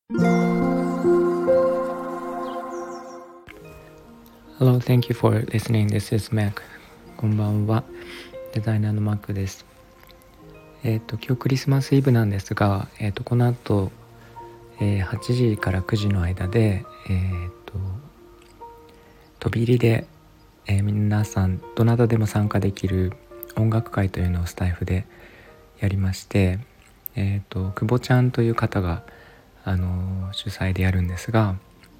Hello, thank you for listening. This is Mac. こんばんは。デザイナーの Mac です。今日クリスマスイブなんですが、この後、8時から9時の間で、飛び入りで、皆さんどなたでも参加できる音楽会というのをスタイフでやりまして、久保ちゃんという方が、主催でやるんですが、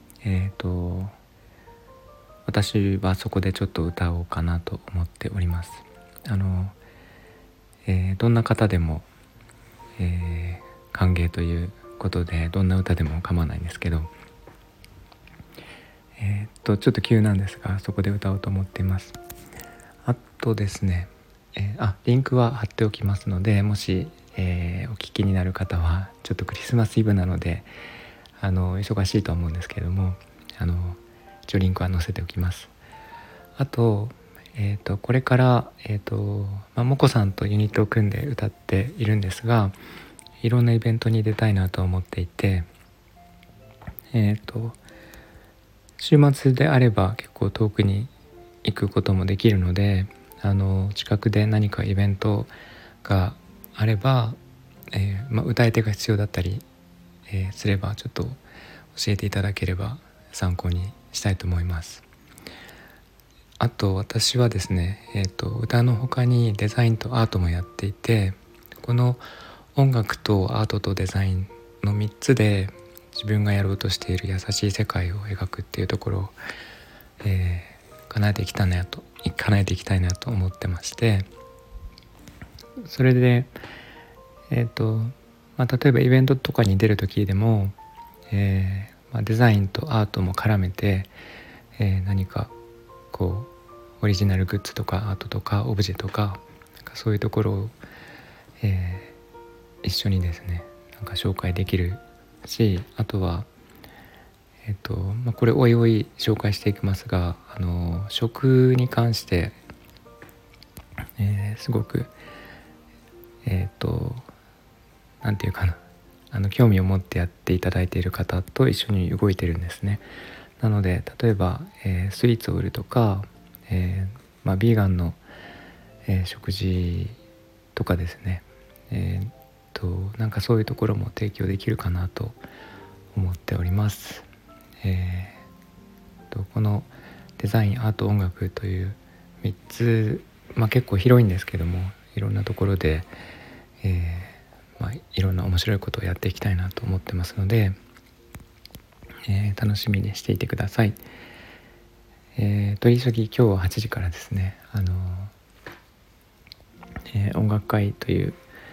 私はそこでちょっと歌おうかなと思っております。どんな方でも、歓迎ということでどんな歌でも構わないんですけど、ちょっと急なんですがそこで歌おうと思っています。あとですね、リンクは貼っておきますので、もし、お聞きになる方はちょっとクリスマスイブなので忙しいと思うんですけれども、一応リンクは載せておきます。あと、これから、もこさんとユニットを組んで歌っているんですが、いろんなイベントに出たいなと思っていて、週末であれば結構遠くに行くこともできるので、近くで何かイベントがあれば、歌い手が必要だったり、すればちょっと教えていただければ参考にしたいと思います。あと私はですね、歌の他にデザインとアートもやっていて、この音楽とアートとデザインの3つで自分がやろうとしている優しい世界を描くっていうところを、叶えていきたいなと思ってまして、それで、例えばイベントとかに出る時でも、デザインとアートも絡めて、何かこうオリジナルグッズとかアートとかオブジェとか、そういうところを、一緒にですね紹介できるし、あとはこれおいおい紹介していきますが、食に関して、すごくなんていうかな、興味を持ってやっていただいている方と一緒に動いてるんですね。なので例えば、スイーツを売るとか、ビーガンの、食事とかですね、そういうところも提供できるかなと思っております。このデザイン、アート、音楽という3つ、結構広いんですけども、いろんなところで、いろんな面白いことをやっていきたいなと思ってますので、楽しみにしていてください。取り急ぎ今日は8時からですね、音楽会という、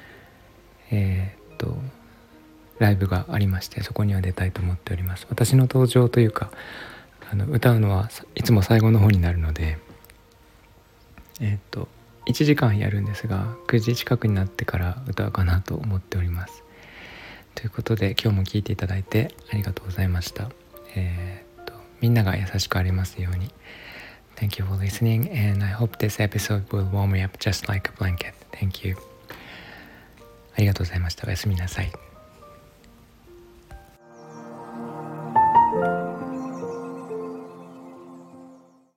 ライブがありまして、そこには出たいと思っております。私の登場というか歌うのはいつも最後の方になるので、1時間やるんですが、9時近くになってから歌うかなと思っております。ということで今日も聞いていただいてありがとうございました。みんなが優しくありますように。Thank you for listening, and I hope this episode will warm me up just like a blanket. Thank you. ありがとうございました。おやすみなさい。